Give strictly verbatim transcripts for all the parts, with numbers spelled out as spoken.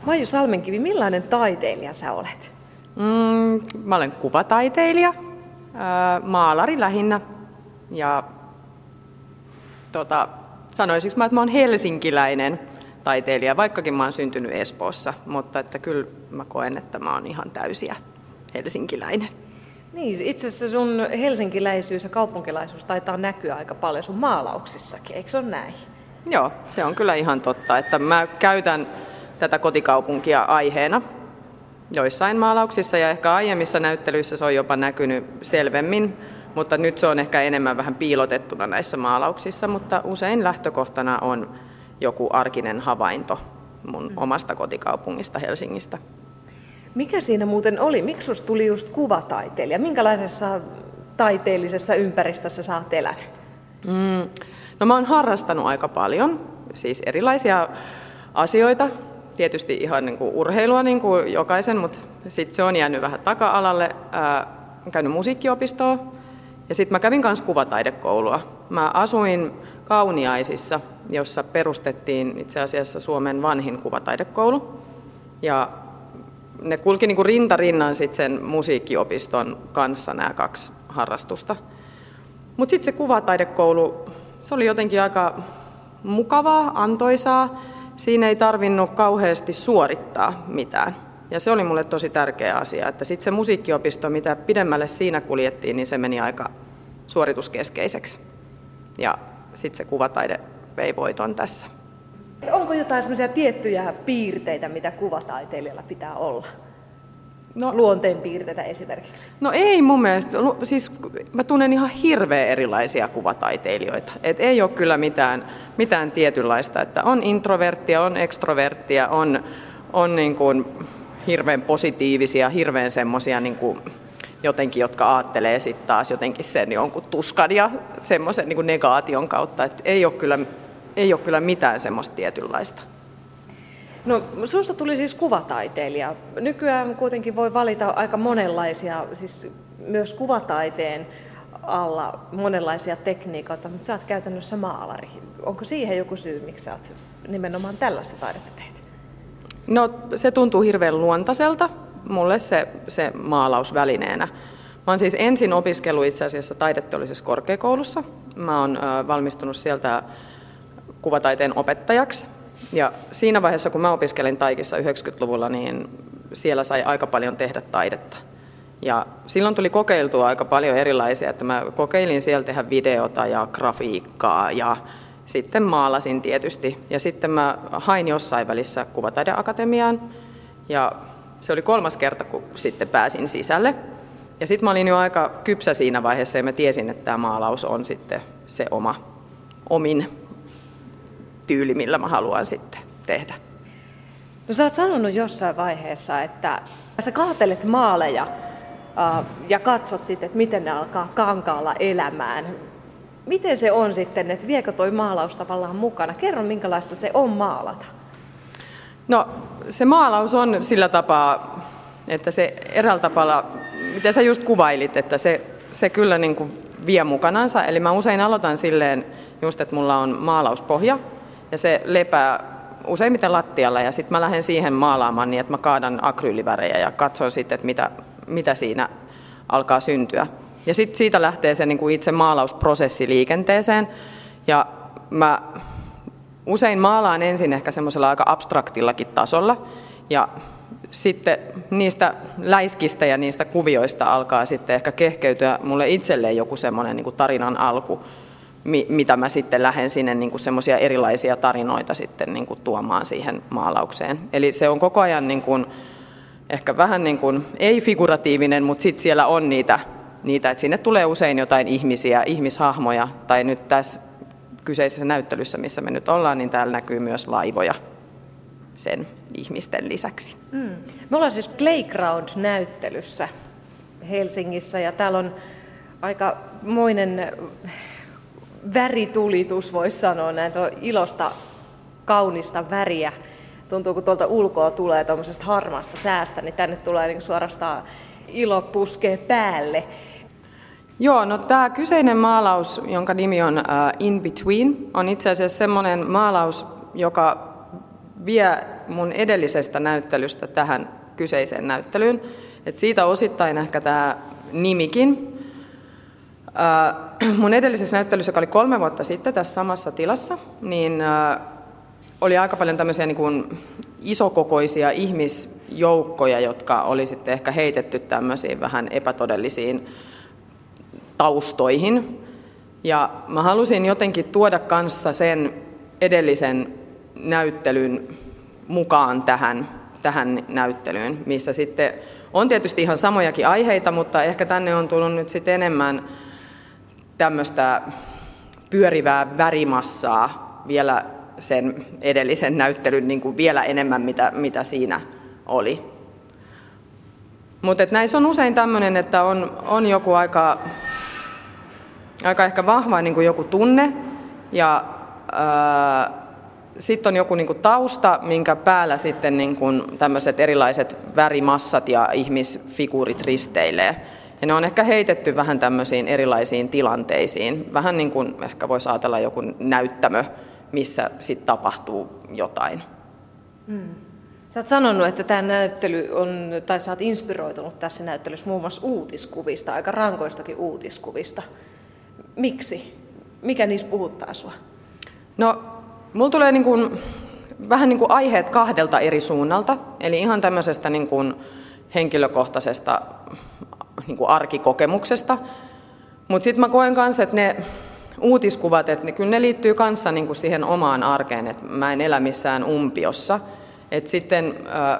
Maiju Salmenkivi, millainen taiteilija sä olet? Mm, mä olen kuvataiteilija, ää, maalari lähinnä ja tota, sanoisinko mä, että mä oon helsinkiläinen taiteilija, vaikkakin mä oon syntynyt Espoossa, mutta että kyllä mä koen, että mä oon ihan täysiä helsinkiläinen. Niin, itse asiassa sun helsinkiläisyys ja kaupunkilaisuus taitaa näkyä aika paljon sun maalauksissakin, eikö se ole näin? Joo, se on kyllä ihan totta, että mä käytän tätä kotikaupunkia aiheena joissain maalauksissa ja ehkä aiemmissa näyttelyissä se on jopa näkynyt selvemmin, mutta nyt se on ehkä enemmän vähän piilotettuna näissä maalauksissa, mutta usein lähtökohtana on joku arkinen havainto mun omasta kotikaupungista Helsingistä. Mikä siinä muuten oli? Miksi susta tuli just kuvataiteilija? Minkälaisessa taiteellisessa ympäristössä sä oot elänyt? Mm, no mä oon harrastanut aika paljon, siis erilaisia asioita. Tietysti ihan niin kuin urheilua niin kuin jokaisen, mutta sitten se on jäänyt vähän taka-alalle. Ää, käynyt musiikkiopistoa ja sitten mä kävin kanssa kuvataidekoulua. Mä asuin Kauniaisissa, jossa perustettiin itse asiassa Suomen vanhin kuvataidekoulu. Ja ne kulki niin kuin rinta rinnan sit sen musiikkiopiston kanssa nämä kaksi harrastusta. Mutta sitten se kuvataidekoulu, se oli jotenkin aika mukavaa, antoisaa. Siinä ei tarvinnut kauheasti suorittaa mitään. Ja se oli mulle tosi tärkeä asia, että sitten se musiikkiopisto, mitä pidemmälle siinä kuljettiin, niin se meni aika suorituskeskeiseksi. Ja sitten se kuvataide vei voiton tässä. Onko jotain semmoisia tiettyjä piirteitä, mitä kuvataiteilijalla pitää olla? No, luonteen piirteitä esimerkiksi. No ei mun mielestä. Siis mä tunnen ihan hirveän erilaisia kuvataiteilijoita. Et ei ole kyllä mitään, mitään tietynlaista. Että on introverttia, on ekstroverttia, on, on niin kuin hirveän positiivisia, hirveän semmoisia niin kuin jotenkin, jotka aattelee sitten taas jotenkin sen jonkun tuskan ja semmoisen niin kuin negaation kautta. Et ei ole kyllä, ei ole kyllä mitään semmoista tietynlaista. No, susta tuli siis kuvataiteilija. Nykyään kuitenkin voi valita aika monenlaisia, siis myös kuvataiteen alla monenlaisia tekniikoita, mutta sä oot käytännössä maalari. Onko siihen joku syy, miksi sä oot nimenomaan tällaista taidetta teet? No, se tuntuu hirveän luontaiselta mulle se, se maalaus välineenä. Mä oon siis ensin opiskellut itse asiassa taideteollisessa korkeakoulussa. Mä oon äh, valmistunut sieltä kuvataiteen opettajaksi. Ja siinä vaiheessa, kun mä opiskelin Taikissa yhdeksänkymmentäluvulla, niin siellä sai aika paljon tehdä taidetta. Ja silloin tuli kokeiltua aika paljon erilaisia, että mä kokeilin siellä tehdä videota ja grafiikkaa ja sitten maalasin tietysti. Ja sitten mä hain jossain välissä Kuvataideakatemiaan ja se oli kolmas kerta, kun sitten pääsin sisälle. Ja sitten mä olin jo aika kypsä siinä vaiheessa ja mä tiesin, että tämä maalaus on sitten se oma omin tyyli, millä mä haluan sitten tehdä. No sä oot sanonut jossain vaiheessa, että sä kaatelet maaleja äh, ja katsot sitten, että miten ne alkaa kankaalla elämään. Miten se on sitten, että viekö toi maalaus tavallaan mukana? Kerro, minkälaista se on maalata. No se maalaus on sillä tapaa, että se eräällä tapaa, mitä sä just kuvailit, että se, se kyllä niin kuin vie mukanansa. Eli mä usein aloitan silleen just, että mulla on maalauspohja ja se lepää useimmiten lattialla ja sitten mä lähden siihen maalaamaan niin, että mä kaadan akryylivärejä ja katson sitten, että mitä, mitä siinä alkaa syntyä. Ja sitten siitä lähtee se niin kuin itse maalausprosessi liikenteeseen ja mä usein maalaan ensin ehkä semmoisella aika abstraktillakin tasolla ja sitten niistä läiskistä ja niistä kuvioista alkaa sitten ehkä kehkeytyä mulle itselleen joku semmoinen niin kuin tarinan alku, mitä mä sitten lähden sinne niin kuin semmoisia erilaisia tarinoita sitten niin kuin tuomaan siihen maalaukseen. Eli se on koko ajan niin kuin, ehkä vähän niin kuin, ei figuratiivinen, mutta sitten siellä on niitä, niitä, että sinne tulee usein jotain ihmisiä, ihmishahmoja, tai nyt tässä kyseisessä näyttelyssä, missä me nyt ollaan, niin täällä näkyy myös laivoja sen ihmisten lisäksi. Mm. Me ollaan siis Playground-näyttelyssä Helsingissä ja täällä on aikamoinen väritulitus, voisi sanoa, näin on ilosta kaunista väriä. Tuntuu, kun tuolta ulkoa tulee tuommoisesta harmaasta säästä, niin tänne tulee niin suorastaan ilo puskee päälle. Joo, no tämä kyseinen maalaus, jonka nimi on uh, In Between, on itse asiassa semmoinen maalaus, joka vie mun edellisestä näyttelystä tähän kyseiseen näyttelyyn. Et siitä osittain ehkä tämä nimikin. Mun edellisessä näyttelyssä, joka oli kolme vuotta sitten tässä samassa tilassa, niin oli aika paljon tämmöisiä niin kuin isokokoisia ihmisjoukkoja, jotka oli sitten ehkä heitetty tämmöisiin vähän epätodellisiin taustoihin. Ja mä halusin jotenkin tuoda kanssa sen edellisen näyttelyn mukaan tähän, tähän näyttelyyn, missä sitten on tietysti ihan samojakin aiheita, mutta ehkä tänne on tullut nyt sitten enemmän tämmöistä pyörivää värimassaa vielä sen edellisen näyttelyn niin kuin vielä enemmän, mitä, mitä siinä oli. Mutta näissä on usein tämmöinen, että on, on joku aika, aika ehkä vahva niin kuin joku tunne ja sitten on joku niin kuin tausta, minkä päällä sitten niin kuin tämmöiset erilaiset värimassat ja ihmisfiguurit risteilee. Ja ne on ehkä heitetty vähän tämmöisiin erilaisiin tilanteisiin. Vähän niin kuin ehkä voisi ajatella joku näyttämö, missä sitten tapahtuu jotain. Hmm. Sä oot sanonut, että tämä näyttely on, tai sä oot inspiroitunut tässä näyttelyssä muun muassa uutiskuvista, aika rankoistakin uutiskuvista. Miksi? Mikä niissä puhuttaa sua? No, mulla tulee niin kuin, vähän niin kuin aiheet kahdelta eri suunnalta. Eli ihan tämmöisestä niin kuin henkilökohtaisesta niin kuin arkikokemuksesta. Mutta sitten mä koen kanssa, että ne uutiskuvat, että ne, kyllä ne liittyy kanssa niin kuin siihen omaan arkeen, että mä en elä missään umpiossa. Et sitten äh,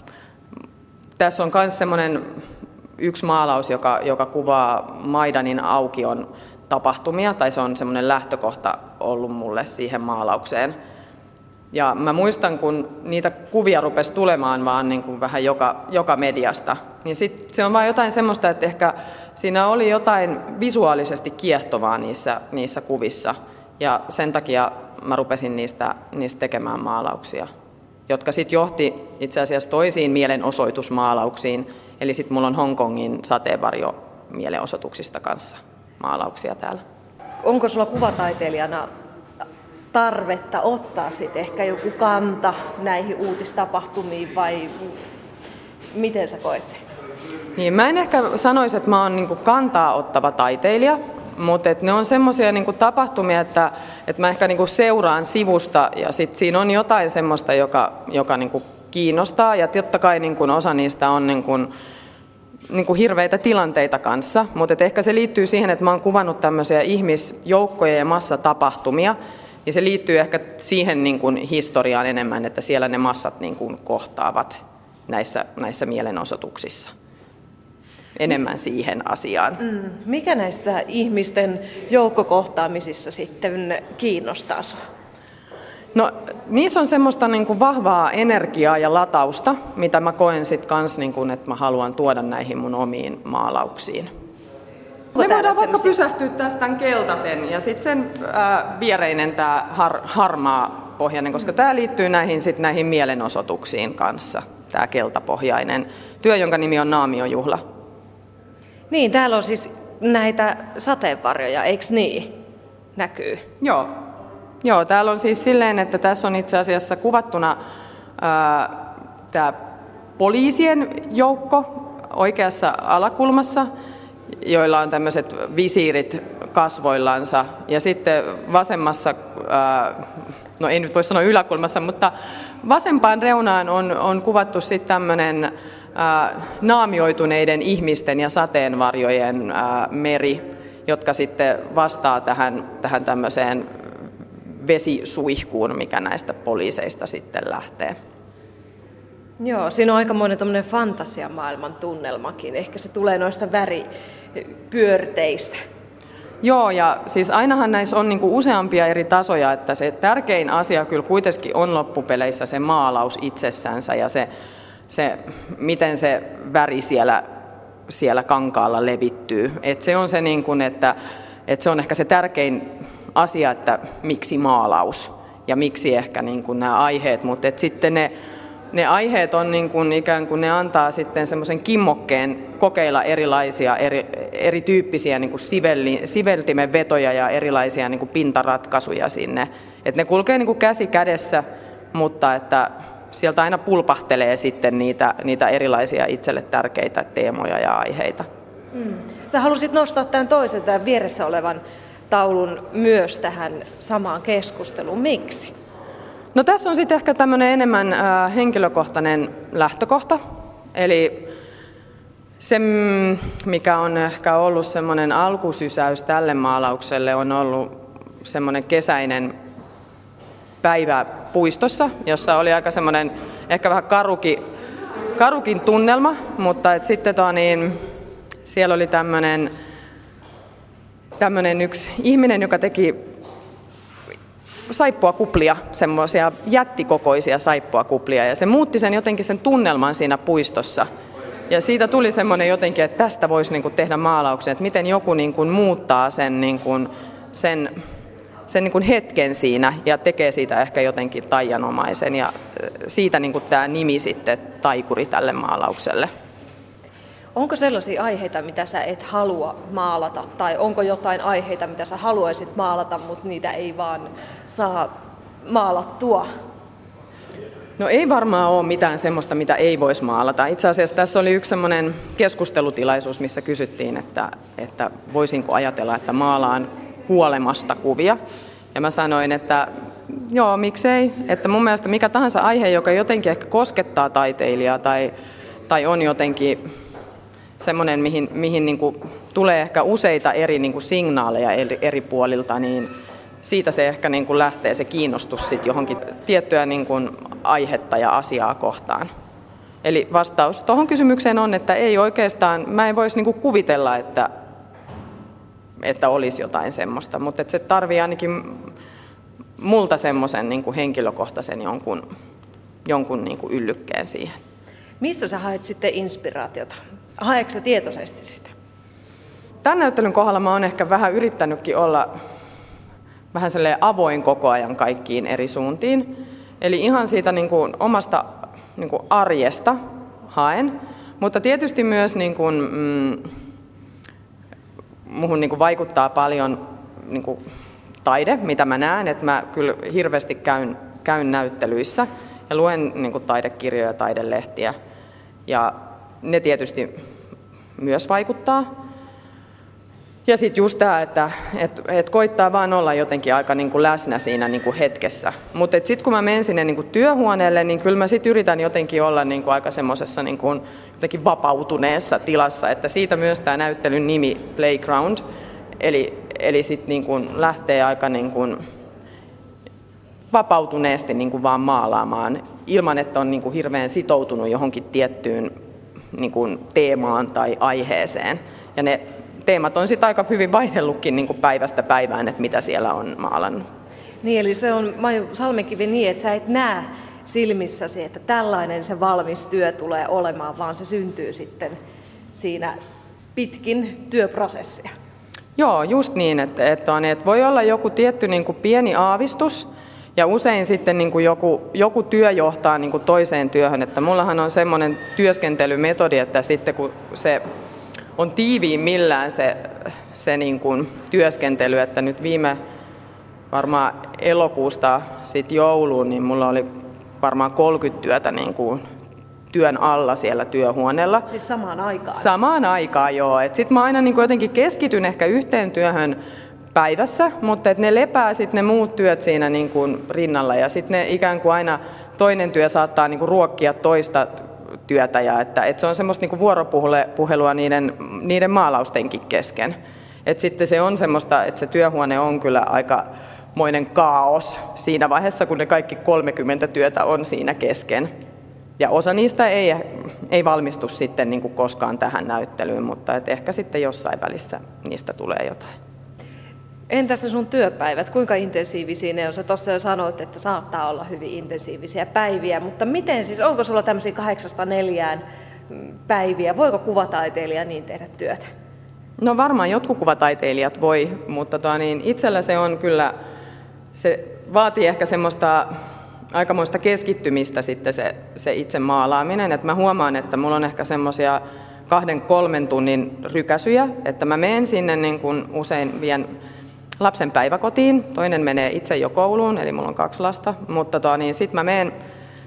tässä on myös semmoinen yksi maalaus, joka, joka kuvaa Maidanin aukion tapahtumia, tai se on semmoinen lähtökohta ollut mulle siihen maalaukseen. Ja mä muistan, kun niitä kuvia rupesi tulemaan vaan niin kuin vähän joka, joka mediasta, niin sit se on vaan jotain semmoista, että ehkä siinä oli jotain visuaalisesti kiehtovaa niissä, niissä kuvissa. Ja sen takia mä rupesin niistä, niistä tekemään maalauksia, jotka sitten johti itse asiassa toisiin mielenosoitusmaalauksiin. Eli sitten mulla on Hongkongin sateenvarjo mielenosoituksista kanssa maalauksia täällä. Onko sulla kuvataiteilijana tarvetta ottaa sitten ehkä joku kanta näihin uutistapahtumiin vai miten sä koet sen? Niin, mä en ehkä sanoisi, että mä oon niinku kantaa ottava taiteilija, mutta et ne on semmoisia niinku tapahtumia, että et mä ehkä niinku seuraan sivusta ja sit siinä on jotain semmoista, joka, joka niinku kiinnostaa ja totta kai niinku osa niistä on niinku, niinku hirveitä tilanteita kanssa, mutta ehkä se liittyy siihen, että mä oon kuvannut tämmöisiä ihmisjoukkoja ja massatapahtumia. Ja se liittyy ehkä siihen niin kuin historiaan enemmän, että siellä ne massat niin kuin kohtaavat näissä, näissä mielenosoituksissa. Enemmän siihen asiaan. Mm. Mikä näistä ihmisten joukkokohtaamisissa sitten kiinnostaa sinua? No, niissä on semmoista niin kuin vahvaa energiaa ja latausta, mitä mä koen sitten kans, niin kuin, että mä haluan tuoda näihin mun omiin maalauksiin. Me voidaan vaikka pysähtyä tästä tämän keltaisen ja sitten sen ää, viereinen tämä har, harmaa pohjainen, koska tämä liittyy näihin, sit näihin mielenosoituksiin kanssa, tämä keltapohjainen työ, jonka nimi on Naamiojuhla. Niin, täällä on siis näitä sateenvarjoja, eikö niin? Näkyy. Joo. Joo, täällä on siis silleen, että tässä on itse asiassa kuvattuna tämä poliisien joukko oikeassa alakulmassa, joilla on tämmöiset visiirit kasvoillansa. Ja sitten vasemmassa, no ei nyt voi sanoa yläkulmassa, mutta vasempaan reunaan on, on kuvattu sitten tämmöinen naamioituneiden ihmisten ja sateenvarjojen meri, jotka sitten vastaa tähän, tähän tämmöiseen vesisuihkuun, mikä näistä poliiseista sitten lähtee. Joo, siinä on aikamoinen tommoinen fantasiamaailman tunnelmakin. Ehkä se tulee noista väripyörteistä. Joo, ja siis ainahan näissä on niinku useampia eri tasoja, että se tärkein asia kyllä kuitenkin on loppupeleissä se maalaus itsessänsä ja se, se miten se väri siellä, siellä kankaalla levittyy. Et se on se, niin kuin, että, että se on ehkä se tärkein asia, että miksi maalaus ja miksi ehkä niin kuin nämä aiheet, mutta sitten ne, ne aiheet on niin kuin ikään kuin ne antaa sitten semmoisen kimmokkeen kokeilla erilaisia, eri, erityyppisiä niin kuin sivelli, siveltimen vetoja ja erilaisia niin kuin pintaratkaisuja sinne. Et ne kulkee niin kuin käsi kädessä, mutta että sieltä aina pulpahtelee sitten niitä, niitä erilaisia itselle tärkeitä teemoja ja aiheita. Hmm. Sä halusit nostaa tämän toisen, tämän vieressä olevan taulun myös tähän samaan keskusteluun. Miksi? No tässä on sitten ehkä tämmöinen enemmän äh, henkilökohtainen lähtökohta. Eli se, mikä on ehkä ollut semmoinen alkusysäys tälle maalaukselle, on ollut semmoinen kesäinen päivä puistossa, jossa oli aika semmoinen ehkä vähän karuki, karukin tunnelma, mutta et sitten toa niin, siellä oli tämmöinen, tämmöinen yksi ihminen, joka teki saippuakuplia, semmoisia jättikokoisia saippuakuplia, ja se muutti sen jotenkin sen tunnelman siinä puistossa. Ja siitä tuli semmoinen jotenkin, että tästä voisi niinku tehdä maalauksen, että miten joku niinku muuttaa sen, niinku, sen, sen niinku hetken siinä ja tekee siitä ehkä jotenkin taianomaisen. Ja siitä niinku tämä nimi sitten, taikuri tälle maalaukselle. Onko sellaisia aiheita, mitä sä et halua maalata, tai onko jotain aiheita, mitä sä haluaisit maalata, mutta niitä ei vaan saa maalattua? No ei varmaan ole mitään semmoista, mitä ei voisi maalata. Itse asiassa tässä oli yksi semmoinen keskustelutilaisuus, missä kysyttiin, että, että voisinko ajatella, että maalaan kuolemasta kuvia. Ja mä sanoin, että joo, miksei. Että mun mielestä mikä tahansa aihe, joka jotenkin ehkä koskettaa taiteilijaa tai, tai on jotenkin semmoinen, mihin, mihin niin kuin tulee ehkä useita eri niin kuin signaaleja eri, eri puolilta, niin siitä se ehkä niin kuin lähtee se kiinnostus sit johonkin tiettyä niin kuin aihetta ja asiaa kohtaan. Eli vastaus tuohon kysymykseen on, että ei oikeastaan, mä en voisi niin kuin kuvitella, että, että olisi jotain semmoista, mutta että se tarvii ainakin multa semmoisen niin kuin henkilökohtaisen jonkun, jonkun niin kuin yllykkeen siihen. Missä sä haet sitten inspiraatiota? Haetko sä tietoisesti sitä? Tämän näyttelyn kohdalla mä oon ehkä vähän yrittänytkin olla vähän avoin koko ajan kaikkiin eri suuntiin. Eli ihan siitä niin kuin omasta niin kuin arjesta haen, mutta tietysti myös niin kuin, mm, muhun niin kuin vaikuttaa paljon niin kuin taide, mitä mä näen, että mä kyllä hirveästi käyn, käyn näyttelyissä ja luen niin kuin taidekirjoja ja taidelehtiä. Ja ne tietysti myös vaikuttaa. Ja sitten just tämä, että et, et koittaa vaan olla jotenkin aika niinku läsnä siinä niinku hetkessä. Mutta sitten kun mä menen sinne niinku työhuoneelle, niin kyllä mä sitten yritän jotenkin olla niinku aika semmoisessa niinku jotenkin vapautuneessa tilassa. Että siitä myös tämä näyttelyn nimi Playground. Eli, eli sitten niinku lähtee aika niinku vapautuneesti niinku vaan maalaamaan, ilman että on niinku hirveän sitoutunut johonkin tiettyyn niinku teemaan tai aiheeseen. Ja ne teemat on sitten aika hyvin vaihdellutkin niin kuin päivästä päivään, että mitä siellä on maalannut. Niin, eli se on, Maiju Salmenkivi, niin, että sä et näe silmissäsi, että tällainen se valmis työ tulee olemaan, vaan se syntyy sitten siinä pitkin työprosessia. Joo, just niin, että, että, on, että voi olla joku tietty niin kuin pieni aavistus, ja usein sitten niin kuin joku, joku työ johtaa niin kuin toiseen työhön. Että mullahan on semmoinen työskentelymetodi, että sitten kun se on tiiviimmillään se, se niin kuin työskentely, että nyt viime varmaan elokuusta sit jouluun, niin mulla oli varmaan kolmekymmentä työtä niin kuin työn alla siellä työhuoneella. Siis samaan aikaan? Samaan aikaan, joo. Sitten mä aina niin kuin jotenkin keskityn ehkä yhteen työhön päivässä, mutta et ne lepää sitten ne muut työt siinä niin kuin rinnalla, ja sitten ne ikään kuin aina toinen työ saattaa niin kuin ruokkia toista työtä, ja että, että se on semmoista niinku vuoropuhelua niiden, niiden maalaustenkin kesken. Et sitten se on semmoista, että se työhuone on kyllä aikamoinen kaos siinä vaiheessa, kun ne kaikki kolmekymmentä työtä on siinä kesken. Ja osa niistä ei, ei valmistu sitten niinku koskaan tähän näyttelyyn, mutta et ehkä sitten jossain välissä niistä tulee jotain. Entäs se sun työpäivät, kuinka intensiivisiä ne on? Sä tuossa jo sanoit, että saattaa olla hyvin intensiivisiä päiviä, mutta miten siis, onko sulla tämmöisiä kahdeksasta neljään päiviä? Voiko kuvataiteilija niin tehdä työtä? No varmaan jotkut kuvataiteilijat voi, mutta toa niin, itsellä se on kyllä, se vaatii ehkä semmoista aikamoista keskittymistä sitten se, se itse maalaaminen. Et mä huomaan, että mulla on ehkä semmoisia kahden, kolmen tunnin rykäsyjä, että mä menen sinne niin kun usein vien lapsen päiväkotiin, toinen menee itse jo kouluun, eli mulla on kaksi lasta, mutta niin, sitten mä menen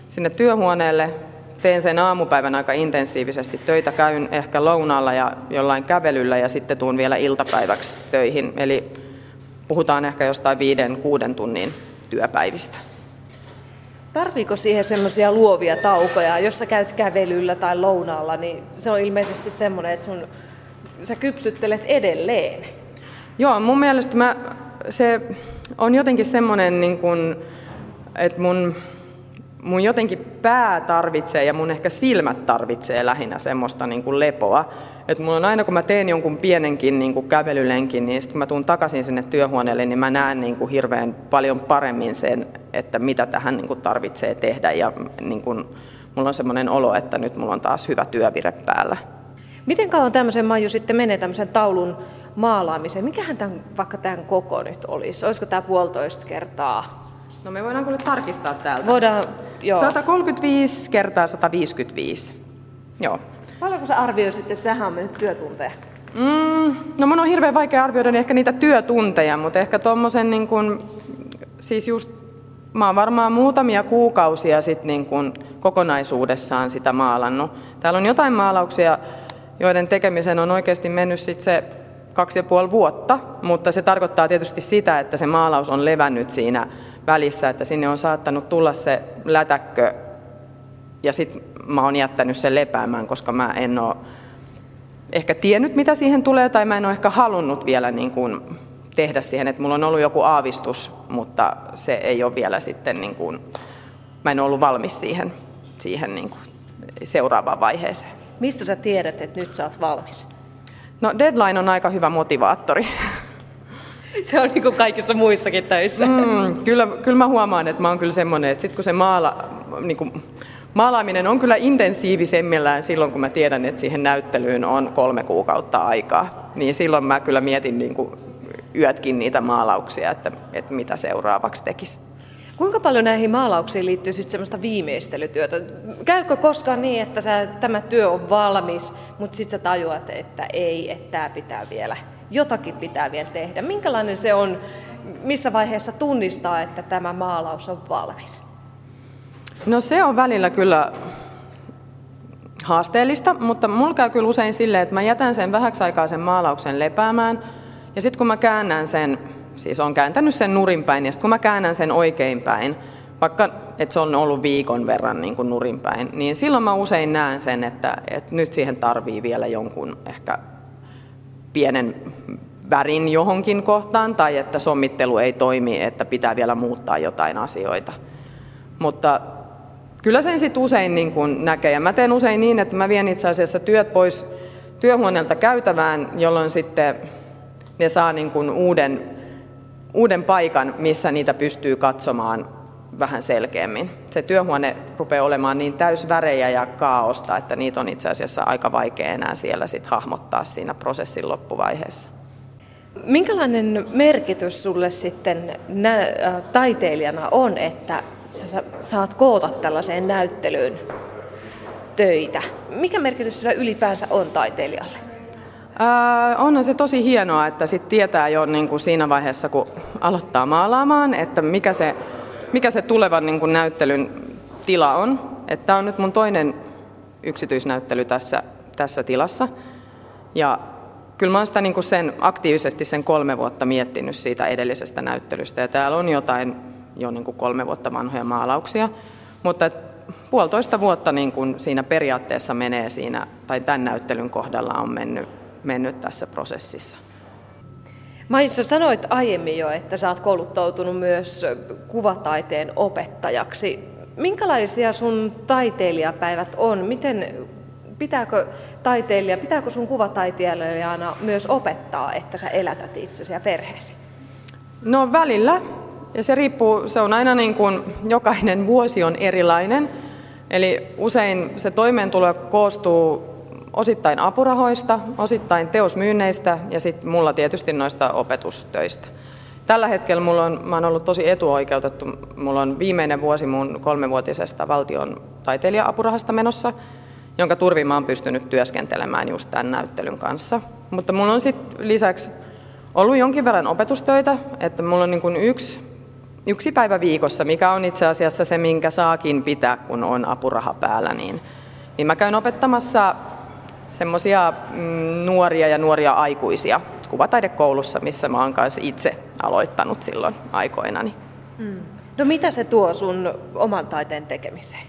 sinne työhuoneelle, teen sen aamupäivän aika intensiivisesti. Töitä käyn ehkä lounaalla ja jollain kävelyllä ja sitten tuun vielä iltapäiväksi töihin. Eli puhutaan ehkä jostain viiden, kuuden tunnin työpäivistä. Tarviiko siihen semmoisia luovia taukoja? Jos sä käyt kävelyllä tai lounaalla, niin se on ilmeisesti semmoinen, että sun, sä kypsyttelet edelleen. Joo, mun mielestä mä, se on jotenkin semmoinen, niin kun, että mun, mun jotenkin pää tarvitsee ja mun ehkä silmät tarvitsee lähinnä semmoista niin kuin lepoa. Että mulla on aina, kun mä teen jonkun pienenkin niin kuin kävelylenkin, niin sitten kun mä tuun takaisin sinne työhuoneelle, niin mä näen niin kuin hirveän paljon paremmin sen, että mitä tähän niin kuin tarvitsee tehdä. Ja niin kuin, mulla on semmoinen olo, että nyt mulla on taas hyvä työvire päällä. Miten kauan tämmöisen Maiju sitten menee tämmöisen taulun maalaamiseen? Mikähän tämän, vaikka tämän koko nyt olisi? Olisiko tämä puolitoista kertaa? No me voidaan kuule tarkistaa täältä. Voidaan, joo. sata kolmekymmentäviisi kertaa sata viisikymmentäviisi. Joo. Paljonko sä arvioisit, että tähän on mennyt työtunteja? Mm, no mun on hirveän vaikea arvioida ehkä niitä työtunteja, mutta ehkä tommosen niin kun, siis just mä oon varmaan muutamia kuukausia sit niin kun kokonaisuudessaan sitä maalannut. Täällä on jotain maalauksia, joiden tekemisen on oikeasti mennyt sit se kaksi ja puoli vuotta, mutta se tarkoittaa tietysti sitä, että se maalaus on levännyt siinä välissä, että sinne on saattanut tulla se lätäkkö ja sitten mä oon jättänyt sen lepäämään, koska mä en ole ehkä tiennyt, mitä siihen tulee, tai mä en ole ehkä halunnut vielä niin kuin tehdä siihen, että mulla on ollut joku aavistus, mutta se ei ole vielä sitten, niin kuin, mä en ole ollut valmis siihen, siihen niin kuin seuraavaan vaiheeseen. Mistä sä tiedät, että nyt sä oot valmis? No deadline on aika hyvä motivaattori. Se on niin kuin kaikissa muissakin töissä. Mm, kyllä, kyllä mä huomaan, että mä oon kyllä semmoinen, että sit kun se maala, niin kuin, maalaaminen on kyllä intensiivisemmillään silloin, kun mä tiedän, että siihen näyttelyyn on kolme kuukautta aikaa. Niin silloin mä kyllä mietin niin kuin yötkin niitä maalauksia, että, että mitä seuraavaksi tekisi. Kuinka paljon näihin maalauksiin liittyy sitten semmoista viimeistelytyötä? Käykö koskaan niin, että sä, tämä työ on valmis, mutta sitten sä tajuat, että ei, että tämä pitää vielä, jotakin pitää vielä tehdä. Minkälainen se on, missä vaiheessa tunnistaa, että tämä maalaus on valmis? No se on välillä kyllä haasteellista, mutta mulla käy kyllä usein silleen, että mä jätän sen vähäksi aikaa sen maalauksen lepäämään, ja sitten kun mä käännän sen, siis on kääntänyt sen nurinpäin, ja sitten kun mä käännän sen oikeinpäin, vaikka että se on ollut viikon verran niin kuin nurinpäin, niin silloin mä usein näen sen, että, että nyt siihen tarvii vielä jonkun ehkä pienen värin johonkin kohtaan, tai että sommittelu ei toimi, että pitää vielä muuttaa jotain asioita. Mutta kyllä sen sitten usein niin kuin näkee, ja mä teen usein niin, että mä vien itse asiassa työt pois työhuoneelta käytävään, jolloin sitten ne saa niin kuin uuden, uuden paikan, missä niitä pystyy katsomaan vähän selkeämmin. Se työhuone rupeaa olemaan niin täysvärejä ja kaaosta, että niitä on itse asiassa aika vaikea enää siellä sit hahmottaa siinä prosessin loppuvaiheessa. Minkälainen merkitys sulle sitten nä- äh, taiteilijana on, että sä saat koota tällaiseen näyttelyyn töitä? Mikä merkitys sillä ylipäänsä on taiteilijalle? Ää, onhan se tosi hienoa, että sit tietää jo niin kuin siinä vaiheessa, kun aloittaa maalaamaan, että mikä se, mikä se tulevan niin kuin näyttelyn tila on. Tämä on nyt mun toinen yksityisnäyttely tässä, tässä tilassa. Ja kyllä mä oon sitä niin kuin sen, aktiivisesti sen kolme vuotta miettinyt siitä edellisestä näyttelystä. Ja täällä on jotain jo niin kuin kolme vuotta vanhoja maalauksia, mutta puolitoista vuotta niin kuin siinä periaatteessa menee siinä, tai tämän näyttelyn kohdalla on mennyt, mennyt tässä prosessissa. Maiju, sä sanoit aiemmin jo, että sä oot kouluttautunut myös kuvataiteen opettajaksi. Minkälaisia sun taiteilijapäivät on? Miten, pitääkö taiteilija, pitääkö sun kuvataiteilijana myös opettaa, että sä elätät itsesi ja perheesi? No välillä. Ja se riippuu, se on aina niin kuin, jokainen vuosi on erilainen. Eli usein se toimeentulo koostuu osittain apurahoista, osittain teosmyynneistä ja sitten mulla tietysti noista opetustöistä. Tällä hetkellä mulla on, mä oon ollut tosi etuoikeutettu. Mulla on viimeinen vuosi mun kolmevuotisesta valtion taiteilija-apurahasta menossa, jonka turvin mä oon pystynyt työskentelemään just tämän näyttelyn kanssa. Mutta mulla on sitten lisäksi ollut jonkin verran opetustöitä, että mulla on niin kuin yksi yksi päivä viikossa, mikä on itse asiassa se, minkä saakin pitää, kun on apuraha päällä, niin, niin mä käyn opettamassa semmoisia mm, nuoria ja nuoria aikuisia kuvataidekoulussa, missä mä oon kanssa itse aloittanut silloin aikoinani. Mm. No mitä se tuo sun oman taiteen tekemiseen?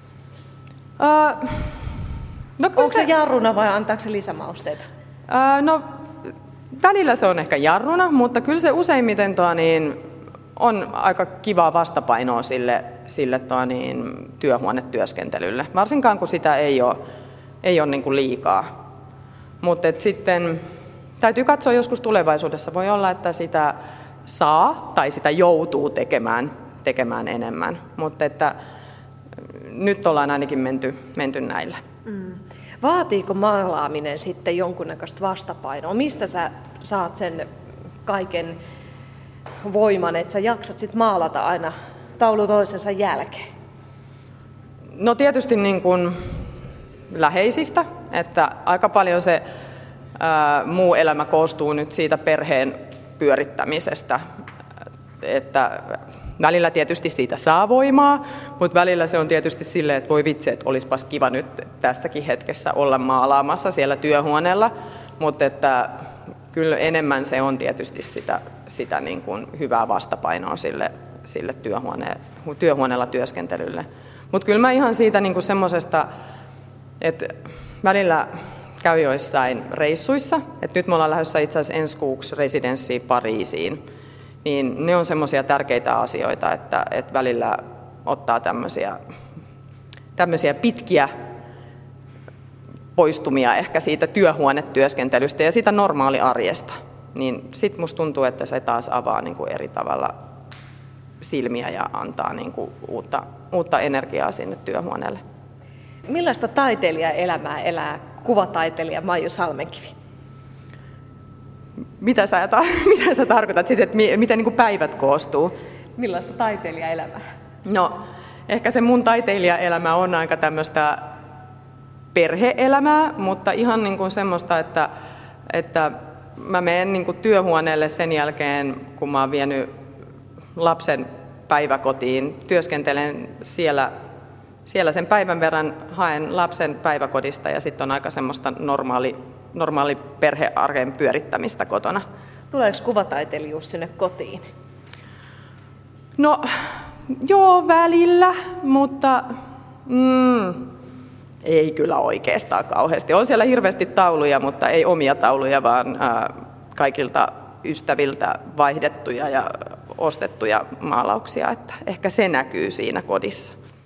Uh, no, Onko se se jarruna vai antaako se lisämausteita? Uh, no välillä se on ehkä jarruna, mutta kyllä se useimmiten tuo, niin, on aika kivaa vastapainoa sille, sille tuo, niin, työhuonetyöskentelylle, varsinkaan kun sitä ei ole, ei ole niin kuin liikaa. Mutta sitten täytyy katsoa joskus tulevaisuudessa. Voi olla, että sitä saa tai sitä joutuu tekemään, tekemään enemmän, mutta että nyt ollaan ainakin menty, menty näillä. Mm. Vaatiiko maalaaminen sitten jonkunnäköistä vastapainoa? Mistä sä saat sen kaiken voiman, että sä jaksat sit maalata aina taulu toisensa jälkeen? No tietysti niin kuin läheisistä, että aika paljon se ää, muu elämä koostuu nyt siitä perheen pyörittämisestä, että välillä tietysti siitä saa voimaa, mutta välillä se on tietysti silleen, että voi vitsi, että olisipas kiva nyt tässäkin hetkessä olla maalaamassa siellä työhuoneella, mutta että kyllä enemmän se on tietysti sitä, sitä niin kuin hyvää vastapainoa sille, sille työhuone, työhuoneella työskentelylle. Mutta kyllä mä ihan siitä niin kuin semmosesta, että välillä käy joissain reissuissa, että nyt me ollaan lähdössä itse asiassa ensi kuuksi residenssiin Pariisiin, niin ne on semmoisia tärkeitä asioita, että, että välillä ottaa tämmöisiä, tämmöisiä pitkiä poistumia ehkä siitä työhuonetyöskentelystä ja siitä normaaliarjesta. Niin sit musta tuntuu, että se taas avaa niin kuin eri tavalla silmiä ja antaa niin kuin uutta, uutta energiaa sinne työhuoneelle. Millaista taiteilijaelämää elää kuvataiteilija Maiju Salmenkivi? Mitä sä, ta- mitä sä tarkoitat? Siis, että mi- miten niin kuin päivät koostuu? Millaista taiteilijaelämää? No, ehkä se mun taiteilijaelämä on aika tämmöistä perhe-elämää, mutta ihan niin kuin semmoista, että, että mä menen niin kuin työhuoneelle sen jälkeen, kun mä oon vienyt lapsen päiväkotiin, työskentelen siellä, siellä sen päivän verran, haen lapsen päiväkodista ja sitten on aika semmoista normaali, normaali perhearjen pyörittämistä kotona. Tuleeko kuvataiteilijuus sinne kotiin? No, joo, välillä, mutta mm, ei kyllä oikeastaan kauheasti. On siellä hirveästi tauluja, mutta ei omia tauluja, vaan ää, kaikilta ystäviltä vaihdettuja ja ostettuja maalauksia, että ehkä se näkyy siinä kodissa.